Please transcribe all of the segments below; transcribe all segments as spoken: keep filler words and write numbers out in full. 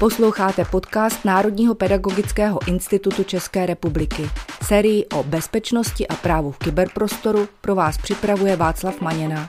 Posloucháte podcast Národního pedagogického institutu České republiky. Sérii o bezpečnosti a právu v kyberprostoru pro vás připravuje Václav Maněna.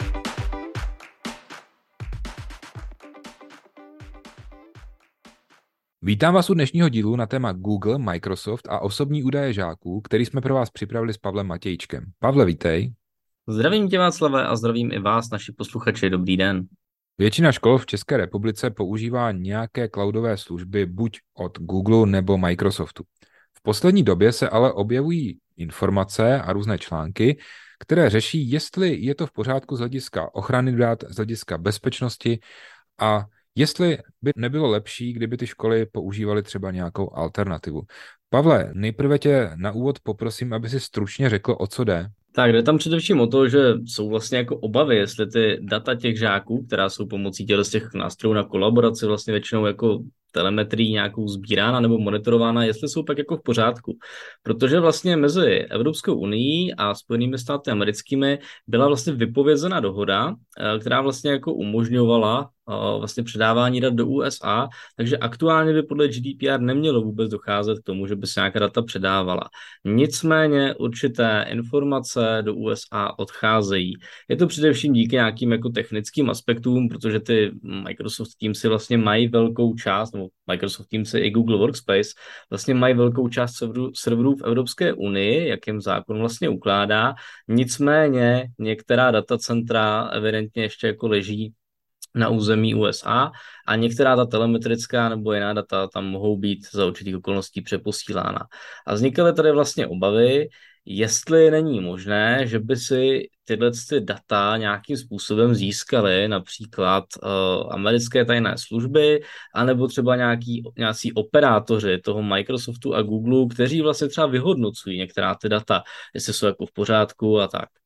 Vítám vás u dnešního dílu na téma Google, Microsoft a osobní údaje žáků, který jsme pro vás připravili s Pavlem Matějčkem. Pavle, vítej. Zdravím tě, Václave, a zdravím i vás, naši posluchači. Dobrý den. Většina škol v České republice používá nějaké cloudové služby buď od Google nebo Microsoftu. V poslední době se ale objevují informace a různé články, které řeší, jestli je to v pořádku z hlediska ochrany dat, z hlediska bezpečnosti a jestli by nebylo lepší, kdyby ty školy používaly třeba nějakou alternativu. Pavle, nejprve tě na úvod poprosím, aby si stručně řekl, o co jde. Tak jde tam především o to, že jsou vlastně jako obavy, jestli ty data těch žáků, která jsou pomocí těch, těch nástrojů na kolaboraci vlastně většinou jako telemetrii nějakou sbírána nebo monitorována, jestli jsou pak jako v pořádku. Protože vlastně mezi Evropskou unií a Spojenými státy americkými byla vlastně vypovězena dohoda, která vlastně jako umožňovala vlastně předávání dat do U S A, takže aktuálně by podle G D P R nemělo vůbec docházet k tomu, že by se nějaká data předávala. Nicméně určité informace do U S A odcházejí. Je to především díky nějakým jako technickým aspektům, protože ty Microsoft Teamsy vlastně mají velkou část, nebo Microsoft Teamsy i Google Workspace vlastně mají velkou část serverů, serverů v Evropské unii, jak jim zákon vlastně ukládá. Nicméně některá datacentra evidentně ještě jako leží na území U S A a některá ta telemetrická nebo jiná data tam mohou být za určitých okolností přeposílána. A vznikaly tady vlastně obavy, jestli není možné, že by si tyhle ty data nějakým způsobem získaly například uh, americké tajné služby, anebo třeba nějaký, nějací operátoři toho Microsoftu a Google, kteří vlastně třeba vyhodnocují některá ty data, jestli jsou jako v pořádku a tak.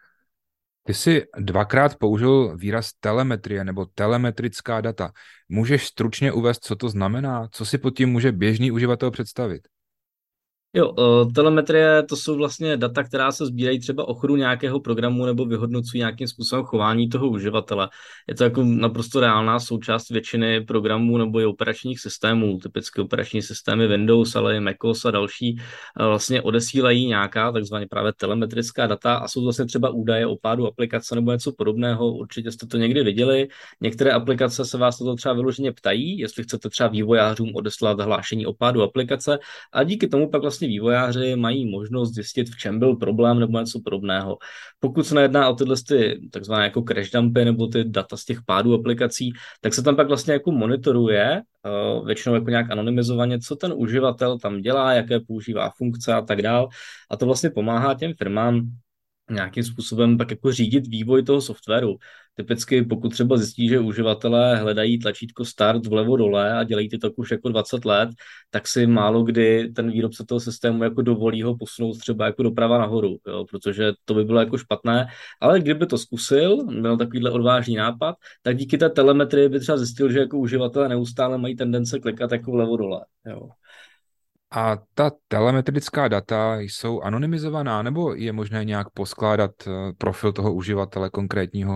Ty jsi dvakrát použil výraz telemetrie nebo telemetrická data. Můžeš stručně uvést, co to znamená? Co si pod tím může běžný uživatel představit? Jo, uh, telemetrie to jsou vlastně data, která se sbírají třeba o chodu nějakého programu nebo vyhodnocují nějakým způsobem chování toho uživatele. Je to jako naprosto reálná součást většiny programů nebo i operačních systémů. Typicky operační systémy Windows, ale i macOS a další uh, vlastně odesílají nějaká takzvaně právě telemetrická data a jsou vlastně třeba údaje o pádu aplikace nebo něco podobného. Určitě jste to někdy viděli. Některé aplikace se vás toto třeba vyloženě ptají, jestli chcete třeba vývojářům odeslat hlášení o pádu aplikace, a díky tomu pak vlastně vývojáři mají možnost zjistit, v čem byl problém nebo něco podobného. Pokud se nejedná o tyhle ty takzvané jako crash dumpy nebo ty data z těch pádů aplikací, tak se tam pak vlastně jako monitoruje, uh, většinou jako nějak anonymizovaně, co ten uživatel tam dělá, jaké používá funkce a tak dál. A to vlastně pomáhá těm firmám nějakým způsobem pak jako řídit vývoj toho softwaru. Typicky pokud třeba zjistí, že uživatelé hledají tlačítko start vlevo dole a dělají ty tak už jako dvacet let, tak si málo kdy ten výrobce toho systému jako dovolí ho posunout třeba jako doprava nahoru, jo, protože to by bylo jako špatné, ale kdyby to zkusil, měl takovýhle odvážný nápad, tak díky té telemetrii by třeba zjistil, že jako uživatelé neustále mají tendence klikat jako vlevo dole, jo. A ta telemetrická data jsou anonymizovaná, nebo je možné nějak poskládat profil toho uživatele konkrétního?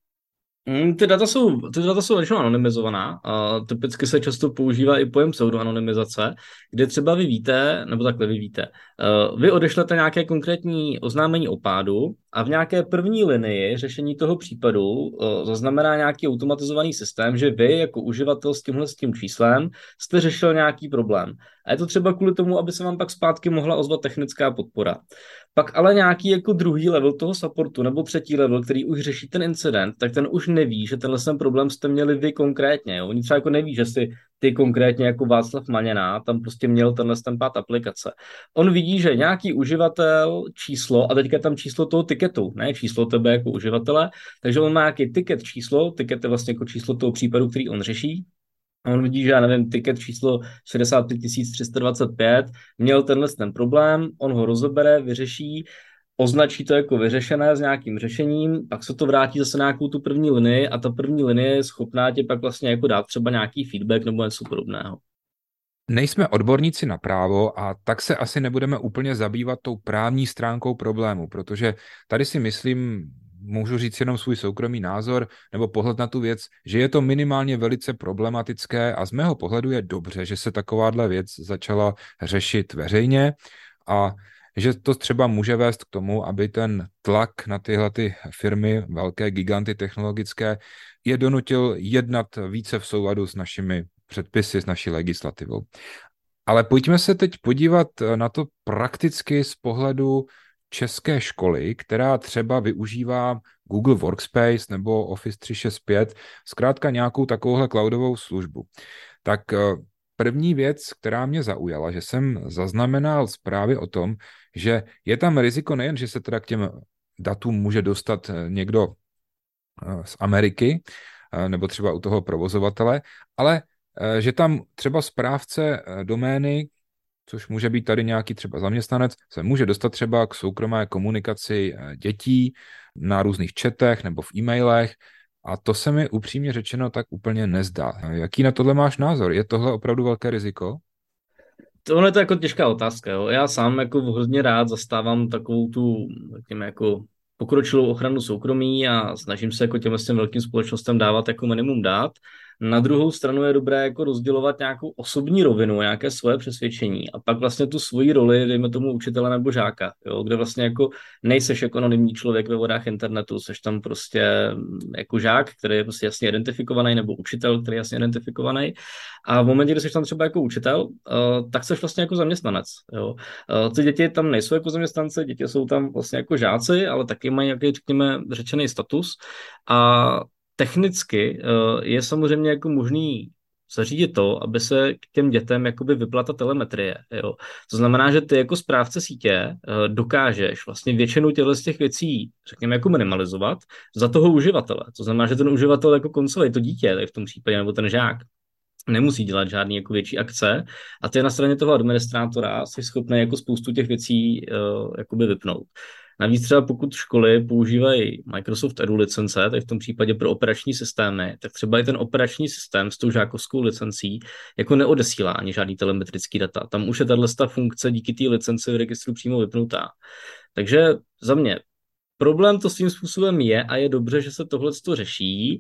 Mm, ty data jsou, ty data jsou většinou anonymizovaná. Uh, typicky se často používá i pojem pseudoanonymizace, kde třeba vy víte, nebo takhle vy víte, uh, vy odešlete nějaké konkrétní oznámení o pádu a v nějaké první linii řešení toho případu uh, zaznamená nějaký automatizovaný systém, že vy jako uživatel s tímhle s tím číslem jste řešil nějaký problém. A je to třeba kvůli tomu, aby se vám pak zpátky mohla ozvat technická podpora. Pak ale nějaký jako druhý level toho supportu nebo třetí level, který už řeší ten incident, tak ten už neví, že tenhle ten problém jste měli vy konkrétně. Jo? Oni třeba jako neví, že si ty konkrétně jako Václav Maněna tam prostě měl tenhle ten pád aplikace. On vidí, že nějaký uživatel číslo, a teďka je tam číslo toho tiketu, ne číslo tebe jako uživatele, takže on má nějaký ticket číslo, ticket je vlastně jako číslo toho případu, který on řeší. A on vidí, že já nevím, tiket číslo šedesát pět tisíc tři sta dvacet pět měl tenhle ten problém, on ho rozebere, vyřeší, označí to jako vyřešené s nějakým řešením, pak se to vrátí zase na nějakou tu první linii a ta první linie je schopná tě pak vlastně jako dát třeba nějaký feedback nebo něco podobného. Nejsme odborníci na právo a tak se asi nebudeme úplně zabývat tou právní stránkou problému, protože tady si myslím, můžu říct jenom svůj soukromý názor nebo pohled na tu věc, že je to minimálně velice problematické a z mého pohledu je dobře, že se takováhle věc začala řešit veřejně a že to třeba může vést k tomu, aby ten tlak na tyhle ty firmy, velké giganty technologické, je donutil jednat více v souladu s našimi předpisy, s naší legislativou. Ale pojďme se teď podívat na to prakticky z pohledu české školy, která třeba využívá Google Workspace nebo Office tři šedesát pět, zkrátka nějakou takovouhle cloudovou službu. Tak první věc, která mě zaujala, že jsem zaznamenal zprávy o tom, že je tam riziko nejen, že se teda k těm datům může dostat někdo z Ameriky, nebo třeba u toho provozovatele, ale že tam třeba správce domény, což může být tady nějaký třeba zaměstnanec, se může dostat třeba k soukromé komunikaci dětí na různých chatech nebo v e-mailech a to se mi upřímně řečeno tak úplně nezdá. Jaký na tohle máš názor? Je tohle opravdu velké riziko? Tohle je to jako těžká otázka. Jo. Já sám jako hodně rád zastávám takovou tu, řekněme, jako pokročilou ochranu soukromí a snažím se jako těmhle těm velkým společnostem dávat jako minimum dát. Na druhou stranu je dobré jako rozdělovat nějakou osobní rovinu, nějaké svoje přesvědčení a pak vlastně tu svoji roli, dejme tomu učitele nebo žáka, jo, kde vlastně jako nejseš jako anonymní člověk ve vodách internetu, seš tam prostě jako žák, který je prostě jasně identifikovaný, nebo učitel, který je jasně identifikovaný. A v momentě, kdy jsi tam třeba jako učitel, uh, tak jsi vlastně jako zaměstnanec. Jo. Uh, ty děti tam nejsou jako zaměstnance, děti jsou tam vlastně jako žáci, ale taky mají nějaký, řekněme, řečený status. A technicky uh, je samozřejmě jako možný zařídit to, aby se k těm dětem jakoby vypla ta telemetrie. Jo. To znamená, že ty jako správce sítě uh, dokážeš vlastně většinu těchto z těch věcí, řekněme, jako minimalizovat za toho uživatele. To znamená, že ten uživatel jako koncový, to dítě, tady v tom případě, nebo ten žák, nemusí dělat žádný jako větší akce a ty na straně toho administrátora jsi schopný jako spoustu těch věcí uh, jakoby vypnout. Navíc třeba pokud školy používají Microsoft Edu licence, tak v tom případě pro operační systémy, tak třeba i ten operační systém s tou žákovskou licencí jako neodesílá ani žádný telemetrický data. Tam už je tato funkce díky té licenci v registru přímo vypnutá. Takže za mě problém to svým způsobem je a je dobře, že se tohle řeší.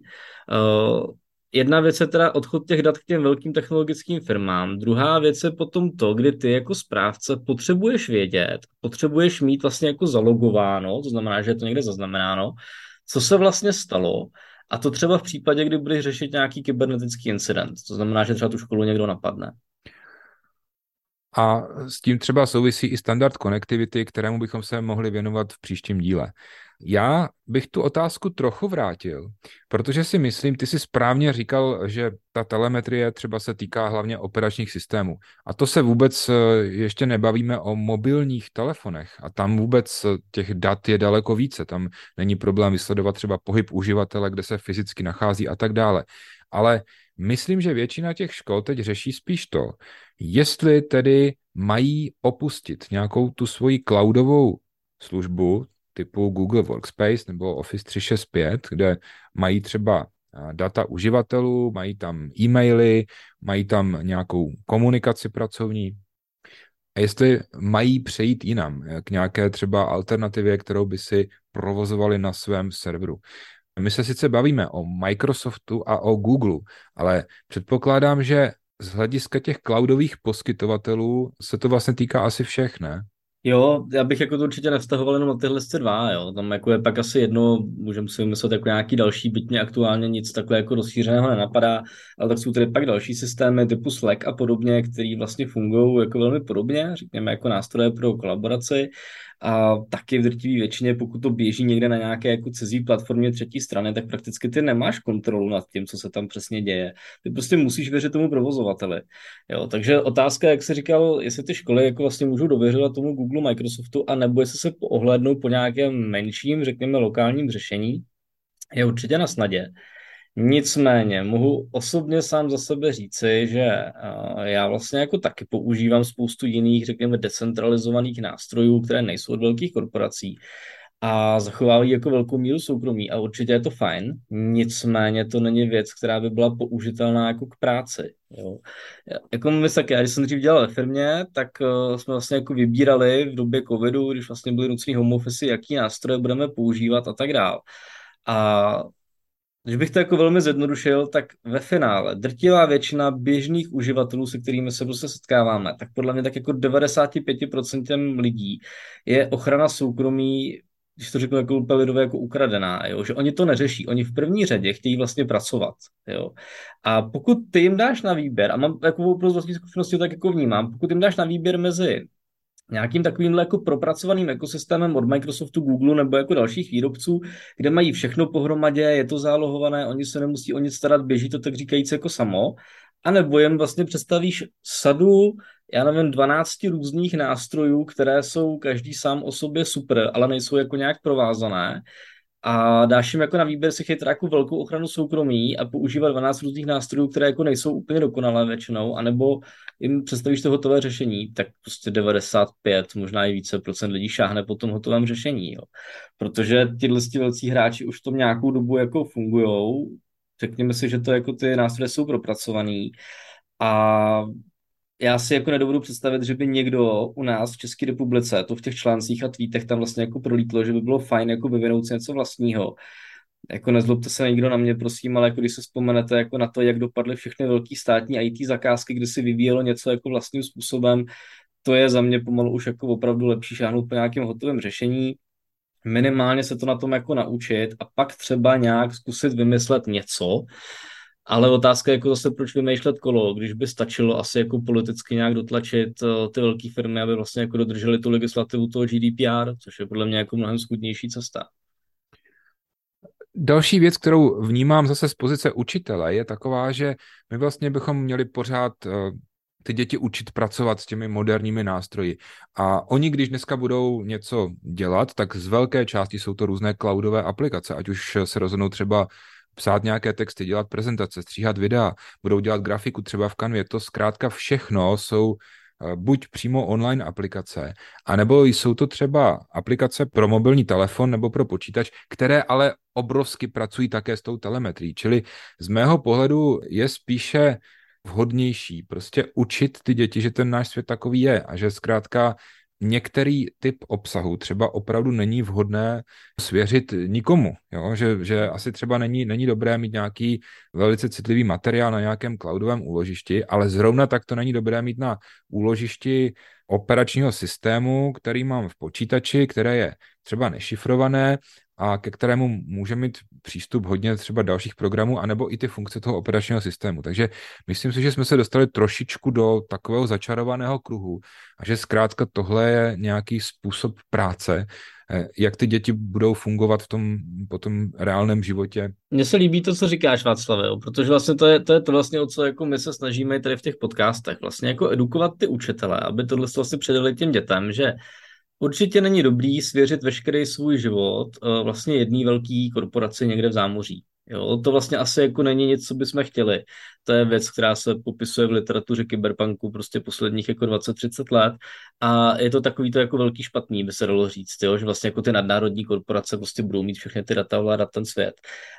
Uh, Jedna věc je teda odchod těch dat k těm velkým technologickým firmám. Druhá věc je potom to, kdy ty jako správce potřebuješ vědět, potřebuješ mít vlastně jako zalogováno, to znamená, že je to někde zaznamenáno, co se vlastně stalo, a to třeba v případě, kdy budeš řešit nějaký kybernetický incident. To znamená, že třeba tu školu někdo napadne. A s tím třeba souvisí i standard konektivity, kterému bychom se mohli věnovat v příštím díle. Já bych tu otázku trochu vrátil, protože si myslím, ty jsi správně říkal, že ta telemetrie třeba se týká hlavně operačních systémů. A to se vůbec ještě nebavíme o mobilních telefonech. A tam vůbec těch dat je daleko více. Tam není problém vysledovat třeba pohyb uživatele, kde se fyzicky nachází a tak dále. Ale myslím, že většina těch škol teď řeší spíš to, jestli tedy mají opustit nějakou tu svoji cloudovou službu typu Google Workspace nebo Office tři šedesát pět, kde mají třeba data uživatelů, mají tam e-maily, mají tam nějakou komunikaci pracovní. A jestli mají přejít jinam, k nějaké třeba alternativě, kterou by si provozovali na svém serveru. My se sice bavíme o Microsoftu a o Google, ale předpokládám, že z hlediska těch cloudových poskytovatelů se to vlastně týká asi všech, ne? Jo, já bych jako to určitě nevztahoval jenom na tyhle dva, jo. Tam jako je pak asi jedno, můžeme si vymyslet jako nějaký další, byť mě aktuálně nic takhle jako rozšířeného nenapadá, ale tak jsou tady pak další systémy typu Slack a podobně, který vlastně fungují jako velmi podobně, řekněme jako nástroje pro kolaboraci. A taky v drtivé většině, pokud to běží někde na nějaké jako cizí platformě třetí strany, tak prakticky ty nemáš kontrolu nad tím, co se tam přesně děje. Ty prostě musíš věřit tomu provozovateli. Jo, takže otázka, jak jsi říkal, jestli ty školy jako vlastně můžou dověřovat tomu Google, Microsoftu, a nebo jestli se ohlédnou po nějakém menším, řekněme, lokálním řešení, je určitě na snadě. Nicméně mohu osobně sám za sebe říci, že já vlastně jako taky používám spoustu jiných, řekněme, decentralizovaných nástrojů, které nejsou od velkých korporací. a zachovávají jako velkou míru soukromí a určitě je to fajn, nicméně to není věc, která by byla použitelná jako k práci. Jo. Jako my taky, já když jsem dřív dělal ve firmě, tak uh, jsme vlastně jako vybírali v době covidu, když vlastně byly nucený home office, jaký nástroje budeme používat a tak dál. A když bych to jako velmi zjednodušil, tak ve finále drtivá většina běžných uživatelů, se kterými se prostě setkáváme, tak podle mě tak jako devadesát pět procent lidí je ochrana soukromí, když to řeknu jako úplně lidově, jako ukradená, jo? Že oni to neřeší, oni v první řadě chtějí vlastně pracovat, jo? A pokud ty jim dáš na výběr, a mám jako opravdu vlastní zkušenosti, tak jako vnímám, pokud jim dáš na výběr mezi nějakým takovým jako propracovaným ekosystémem od Microsoftu, Google nebo jako dalších výrobců, kde mají všechno pohromadě, je to zálohované, oni se nemusí o nic starat, běží to tak říkajíc jako samo, a nebo jen vlastně představíš sadu, já nevím, dvanáct různých nástrojů, které jsou každý sám o sobě super, ale nejsou jako nějak provázané, a dáš jim jako na výběr si chytat jako velkou ochranu soukromí a používat dvanáct různých nástrojů, které jako nejsou úplně dokonalé většinou, anebo jim představíš to hotové řešení, tak prostě devadesát pět, možná i více procent lidí šáhne po tom hotovém řešení, jo. Protože tyhle velcí hráči už v tom nějakou dobu jako fungujou, řekněme si, že to jako ty nástroje jsou propracovaný a já si jako nedovedu představit, že by někdo u nás v České republice, to v těch článcích a tweetech tam vlastně jako prolítlo, že by bylo fajn jako vyvinout si něco vlastního. Jako nezlobte se nikdo na mě, prosím, ale jako když se vzpomenete jako na to, jak dopadly všechny velké státní í té zakázky, kdy si vyvíjelo něco jako vlastním způsobem, to je za mě pomalu už jako opravdu lepší šáhnout po nějakém hotovém řešení, minimálně se to na tom jako naučit a pak třeba nějak zkusit vymyslet něco. Ale otázka je jako zase, proč vymýšlet kolo, když by stačilo asi jako politicky nějak dotlačit uh, ty velké firmy, aby vlastně jako dodrželi tu legislativu toho G D P R, což je podle mě jako mnohem schůdnější cesta. Další věc, kterou vnímám zase z pozice učitele, je taková, že my vlastně bychom měli pořád uh, ty děti učit pracovat s těmi moderními nástroji. A oni, když dneska budou něco dělat, tak z velké části jsou to různé cloudové aplikace, ať už se rozhodnou třeba psát nějaké texty, dělat prezentace, stříhat videa, budou dělat grafiku třeba v Canvě, to zkrátka všechno jsou buď přímo online aplikace, anebo jsou to třeba aplikace pro mobilní telefon nebo pro počítač, které ale obrovsky pracují také s tou telemetrií. Čili z mého pohledu je spíše vhodnější prostě učit ty děti, že ten náš svět takový je a že zkrátka některý typ obsahu třeba opravdu není vhodné svěřit nikomu, jo? Že, že asi třeba není, není dobré mít nějaký velice citlivý materiál na nějakém cloudovém úložišti, ale zrovna tak to není dobré mít na úložišti operačního systému, který mám v počítači, které je třeba nešifrované a ke kterému může mít přístup hodně třeba dalších programů, anebo i ty funkce toho operačního systému. Takže myslím si, že jsme se dostali trošičku do takového začarovaného kruhu a že zkrátka tohle je nějaký způsob práce, jak ty děti budou fungovat v tom potom reálném životě. Mně se líbí to, co říkáš, Václave, jo, protože vlastně to je, to je to vlastně, o co jako my se snažíme tady v těch podcastech, vlastně jako edukovat ty učitele, aby tohle vlastně předali těm dětem, že určitě není dobrý svěřit veškerý svůj život vlastně jedné velké korporaci někde v zámoří. Jo, to vlastně asi jako není nic, co bychom chtěli. To je věc, která se popisuje v literatuře kyberpunku prostě posledních jako dvacet třicet let a je to takový to jako velký špatný, by se dalo říct, jo, že vlastně jako ty nadnárodní korporace prostě budou mít všechny ty data ovládat ten svět.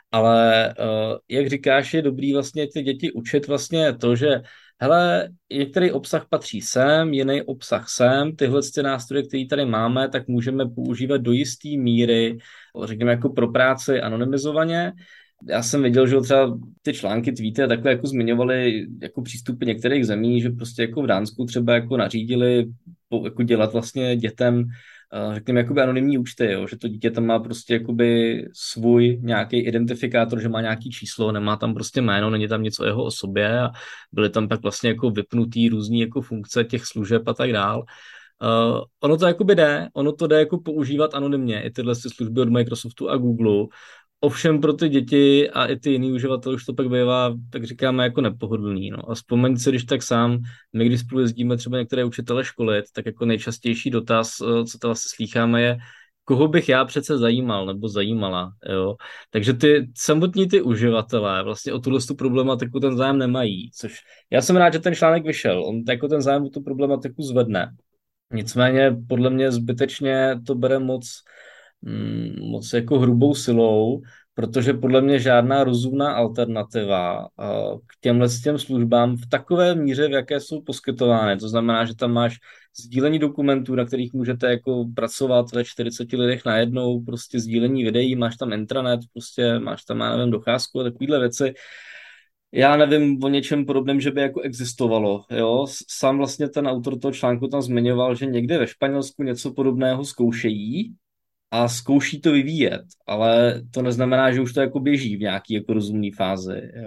Ale uh, jak říkáš, je dobrý vlastně ty děti učit vlastně to, že hele, některý obsah patří sem, jiný obsah sem, tyhle ty nástroje, které tady máme, tak můžeme používat do jisté míry, řekněme jako pro práci anonymizovaně. Já jsem viděl, že třeba ty články, tweety a takhle jako zmiňovaly jako přístupy některých zemí, že prostě jako v Dánsku třeba jako nařídili jako dělat vlastně dětem řekněme jakoby anonymní účty, jo? Že to dítě tam má prostě jakoby svůj nějaký identifikátor, že má nějaký číslo, nemá tam prostě jméno, není tam nic o jeho osobě a byly tam pak vlastně jako vypnutý různý jako funkce těch služeb a tak dál. Uh, ono to jakoby jde, ono to jde jako používat anonymně, i tyhle služby od Microsoftu a Google. Ovšem pro ty děti a i ty jiný uživatelé už to pak bývá, tak říkáme, jako nepohodlný. No. A vzpomeň si, když tak sám, my když spolu jezdíme třeba některé učitele školit, tak jako nejčastější dotaz, co to vlastně slýcháme, je, koho bych já přece zajímal nebo zajímala. Jo? Takže ty samotní ty uživatelé vlastně o tuhle tu problematiku ten zájem nemají, což já jsem rád, že ten článek vyšel, on jako ten zájem o tu problematiku zvedne. Nicméně podle mě zbytečně to bere moc mm, moc jako hrubou silou, protože podle mě žádná rozumná alternativa a, k těmhle s těm službám v takové míře, v jaké jsou poskytovány. To znamená, že tam máš sdílení dokumentů, na kterých můžete jako pracovat ve čtyřiceti lidech najednou, prostě sdílení videí, máš tam intranet, prostě máš tam, já nevím, docházku a takovéhle věci. Já nevím o něčem podobném, že by jako existovalo. Jo? S- Sám vlastně ten autor toho článku tam zmiňoval, že někde ve Španělsku něco podobného zkoušejí a zkouší to vyvíjet, ale to neznamená, že už to jako běží v nějaký jako rozumný fázi. Jo?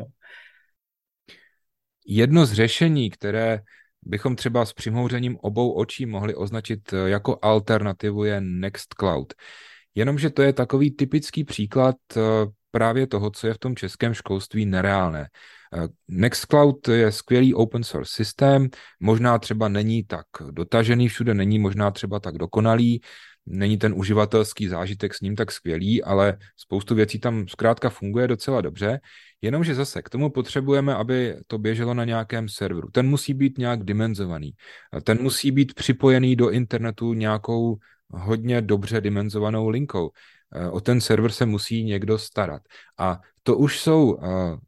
Jedno z řešení, které bychom třeba s přimhouřením obou očí mohli označit jako alternativu, je Nextcloud. Jenomže to je takový typický příklad eh, právě toho, co je v tom českém školství nereálné. Eh, Nextcloud je skvělý open source systém, možná třeba není tak dotažený všude, není možná třeba tak dokonalý, není ten uživatelský zážitek s ním tak skvělý, ale spoustu věcí tam zkrátka funguje docela dobře, jenomže zase k tomu potřebujeme, aby to běželo na nějakém serveru. Ten musí být nějak dimenzovaný, ten musí být připojený do internetu nějakou hodně dobře dimenzovanou linkou. O ten server se musí někdo starat. A to už jsou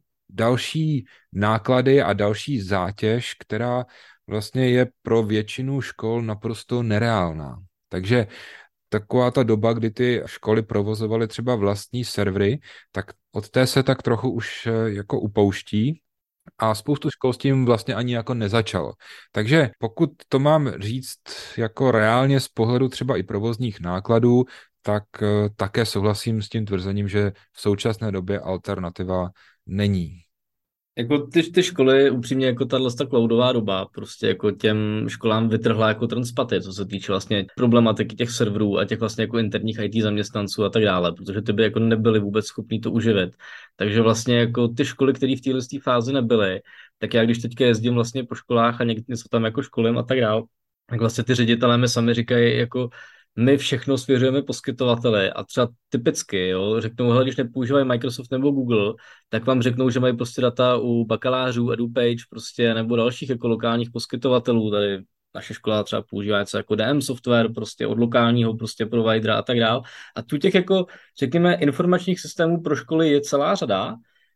další náklady a další zátěž, která vlastně je pro většinu škol naprosto nereálná. Takže taková ta doba, kdy ty školy provozovaly třeba vlastní servery, tak od té se tak trochu už jako upouští a spoustu škol s tím vlastně ani jako nezačalo. Takže pokud to mám říct jako reálně z pohledu třeba i provozních nákladů, tak také souhlasím s tím tvrzením, že v současné době alternativa není. Jako ty, ty školy, upřímně jako tahle ta cloudová doba, prostě jako těm školám vytrhla jako trn z paty, co se týče vlastně problematiky těch serverů a těch vlastně jako interních í té zaměstnanců a tak dále, protože ty by jako nebyly vůbec schopní to uživit. Takže vlastně jako ty školy, které v téhle fázi nebyly, tak já když teďka jezdím vlastně po školách a někdy něco tam jako školím a tak dále, tak vlastně ty ředitelé mi sami říkají jako my všechno svěřujeme poskytovateli a třeba typicky, jo, řeknou, hele, když nepoužívají Microsoft nebo Google, tak vám řeknou, že mají prostě data u bakalářů, EduPage prostě, nebo dalších jako lokálních poskytovatelů, tady naše škola třeba používá něco jako D M software, prostě od lokálního prostě providera a tak dál. A tu těch jako, řekněme, informačních systémů pro školy je celá řada,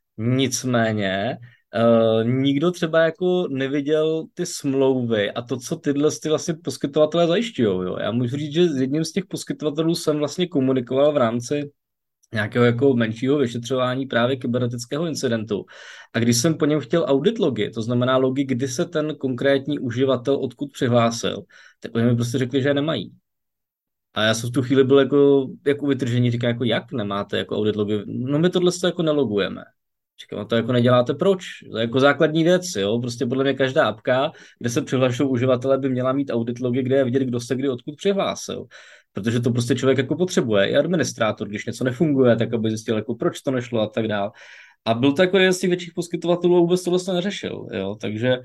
nicméně Uh, nikdo třeba jako neviděl ty smlouvy a to, co tyhle ty vlastně poskytovatelé zajišťují. Jo. Já můžu říct, že s jedním z těch poskytovatelů jsem vlastně komunikoval v rámci nějakého jako menšího vyšetřování právě kybernetického incidentu. A když jsem po něm chtěl audit logy, to znamená logy, kdy se ten konkrétní uživatel odkud přihlásil, tak oni mi prostě řekli, že je nemají. A já jsem v tu chvíli byl jako, jako vytržení, říkám, jako jak nemáte jako audit logy? No my tohle jako nelogujeme. Říkám, a to jako neděláte proč? To je jako základní věc, jo? Prostě podle mě každá apka, kde se přihlašují uživatelé, by měla mít audit logy, kde je vidět, kdo se kdy odkud přihlásil. Protože to prostě člověk jako potřebuje. I administrátor, když něco nefunguje, tak aby zjistil, jako proč to nešlo a tak dál. A byl to jako jeden z těch větších poskytovatelů a vůbec to vlastně neřešil, jo? Takže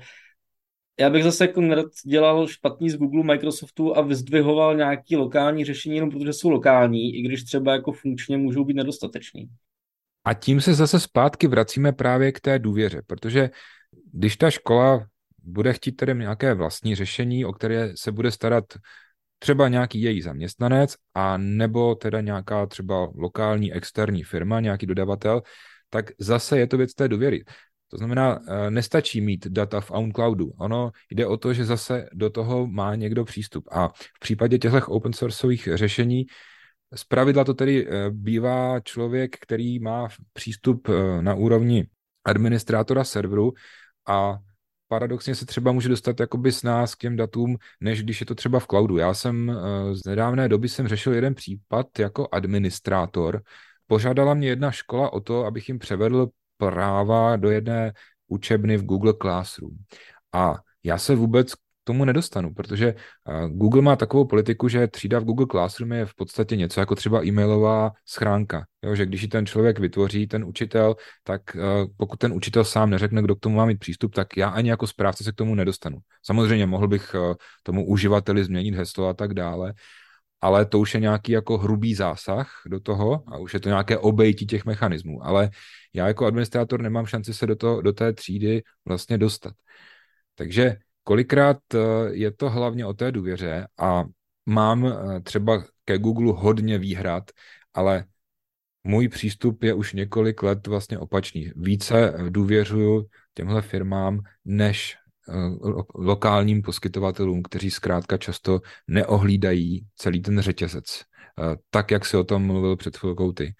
já bych zase jako nerad dělal špatný z Google, Microsoftu a vyzdvihoval nějaký lokální řešení, jenom protože jsou lokální, i když třeba jako funkčně můžou být nedostateční. A tím se zase zpátky vracíme právě k té důvěře, protože když ta škola bude chtít tedy nějaké vlastní řešení, o které se bude starat třeba nějaký její zaměstnanec a nebo teda nějaká třeba lokální externí firma, nějaký dodavatel, tak zase je to věc té důvěry. To znamená, nestačí mít data v OwnCloudu. Ono jde o to, že zase do toho má někdo přístup. A v případě těchto open sourceových řešení zpravidla to tedy bývá člověk, který má přístup na úrovni administrátora serveru a paradoxně se třeba může dostat jakoby s nás k těm datům, než když je to třeba v cloudu. Já jsem z nedávné doby jsem řešil jeden případ jako administrátor. Požádala mě jedna škola o to, abych jim převedl práva do jedné učebny v Google Classroom. A já se vůbec k tomu nedostanu, protože Google má takovou politiku, že třída v Google Classroom je v podstatě něco jako třeba e-mailová schránka. Jo, že když ji ten člověk vytvoří, ten učitel, tak pokud ten učitel sám neřekne, kdo k tomu má mít přístup, tak já ani jako správce se k tomu nedostanu. Samozřejmě mohl bych tomu uživateli změnit heslo a tak dále, ale to už je nějaký jako hrubý zásah do toho a už je to nějaké obejití těch mechanismů. Ale já jako administrátor nemám šanci se do, toho, do té třídy vlastně dostat. Takže kolikrát je to hlavně o té důvěře a mám třeba ke Google hodně výhrad, ale můj přístup je už několik let vlastně opačný. Více důvěřuju těmhle firmám než lokálním poskytovatelům, kteří zkrátka často neohlídají celý ten řetězec. Tak, jak si o tom mluvil před chvilkou ty.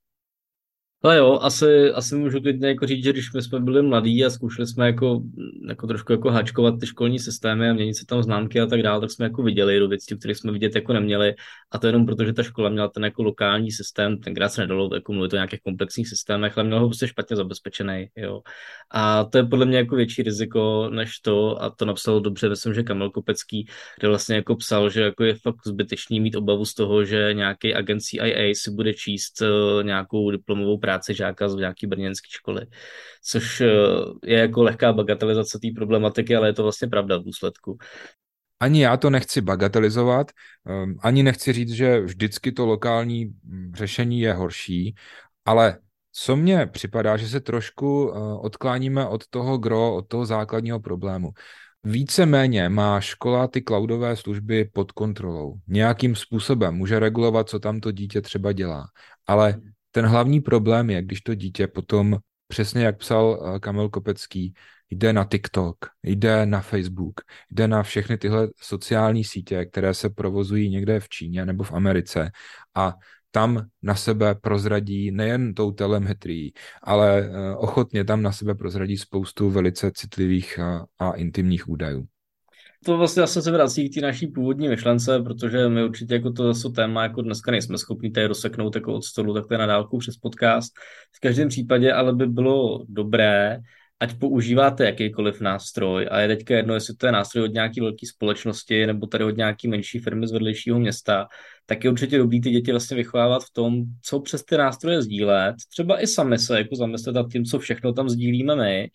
No jo, asi, asi můžu klidně jako říct, že když my jsme byli mladí a zkoušeli jsme jako, jako trošku jako hačkovat ty školní systémy a měnit si tam známky a tak dále, tak jsme jako viděli do věcí, které jsme vidět jako neměli, a to jenom proto, že ta škola měla ten jako lokální systém, tenkrát se nedalo jako mluvit o nějakých komplexních systémech, ale měla ho prostě špatně zabezpečený, jo. A to je podle mě jako větší riziko než to, a to napsal dobře, myslím, že Kamil Kopecký, kde vlastně jako psal, že jako je fakt zbytečný mít obavu z toho, že nějaký agent C I A si bude číst uh, nějakou diplomovou práci žáka z nějaký brněnské školy, což je jako lehká bagatelizace té problematiky, ale je to vlastně pravda v důsledku. Ani já to nechci bagatelizovat, ani nechci říct, že vždycky to lokální řešení je horší, ale co mně připadá, že se trošku odkláníme od toho gro, od toho základního problému. Víceméně má škola ty cloudové služby pod kontrolou. Nějakým způsobem může regulovat, co tam to dítě třeba dělá, ale ten hlavní problém je, když to dítě potom, přesně jak psal Kamil Kopecký, jde na TikTok, jde na Facebook, jde na všechny tyhle sociální sítě, které se provozují někde v Číně nebo v Americe, a tam na sebe prozradí nejen tou telemetrií, ale ochotně tam na sebe prozradí spoustu velice citlivých a, a intimních údajů. To vlastně zase se vrací k té naší původní myšlence, protože my určitě jako to zase téma jako dneska nejsme schopni tady rozseknout jako od stolu takhle na dálku přes podcast. V každém případě ale by bylo dobré, ať používáte jakýkoliv nástroj, a je teďka jedno, jestli to je nástroj od nějaké velké společnosti nebo tady od nějaké menší firmy z vedlejšího města, tak je určitě dobrý ty děti vlastně vychovávat v tom, co přes ty nástroje sdílet, třeba i sami se jako zamyslet nad tím, co všechno tam sdílíme my,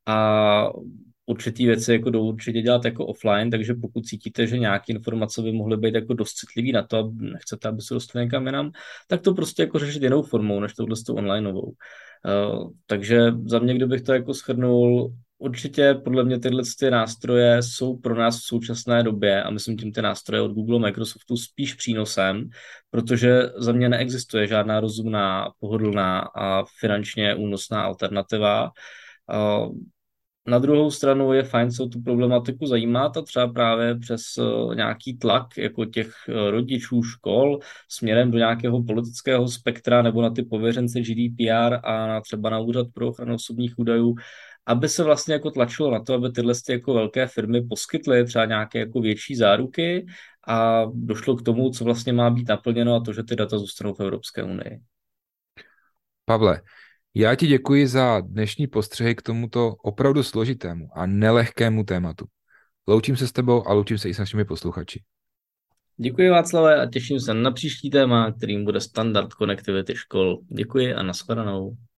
a určitý věci jako jdou určitě dělat jako offline, takže pokud cítíte, že nějaké informace by mohly být jako dost citlivý na to, nechcete, aby se dostali někam jinam, tak to prostě jako řešit jinou formou, než touhle s tou onlineovou. Uh, takže za mě, kdybych to jako shrnul, určitě podle mě tyhle ty nástroje jsou pro nás v současné době, a myslím tím ty nástroje od Google a Microsoftu, spíš přínosem, protože za mě neexistuje žádná rozumná, pohodlná a finančně únosná alternativa. Uh, Na druhou stranu je fajn se o tu problematiku zajímat a třeba právě přes nějaký tlak jako těch rodičů, škol směrem do nějakého politického spektra nebo na ty pověřence G D P R a na třeba na Úřad pro ochranu osobních údajů, aby se vlastně jako tlačilo na to, aby tyhle jako velké firmy poskytly třeba nějaké jako větší záruky a došlo k tomu, co vlastně má být naplněno, a to, že ty data zůstanou v Evropské unii. Pavle, já ti děkuji za dnešní postřehy k tomuto opravdu složitému a nelehkému tématu. Loučím se s tebou a loučím se i s našimi posluchači. Děkuji, Václave, a těším se na příští téma, kterým bude standard konektivity škol. Děkuji a nashledanou.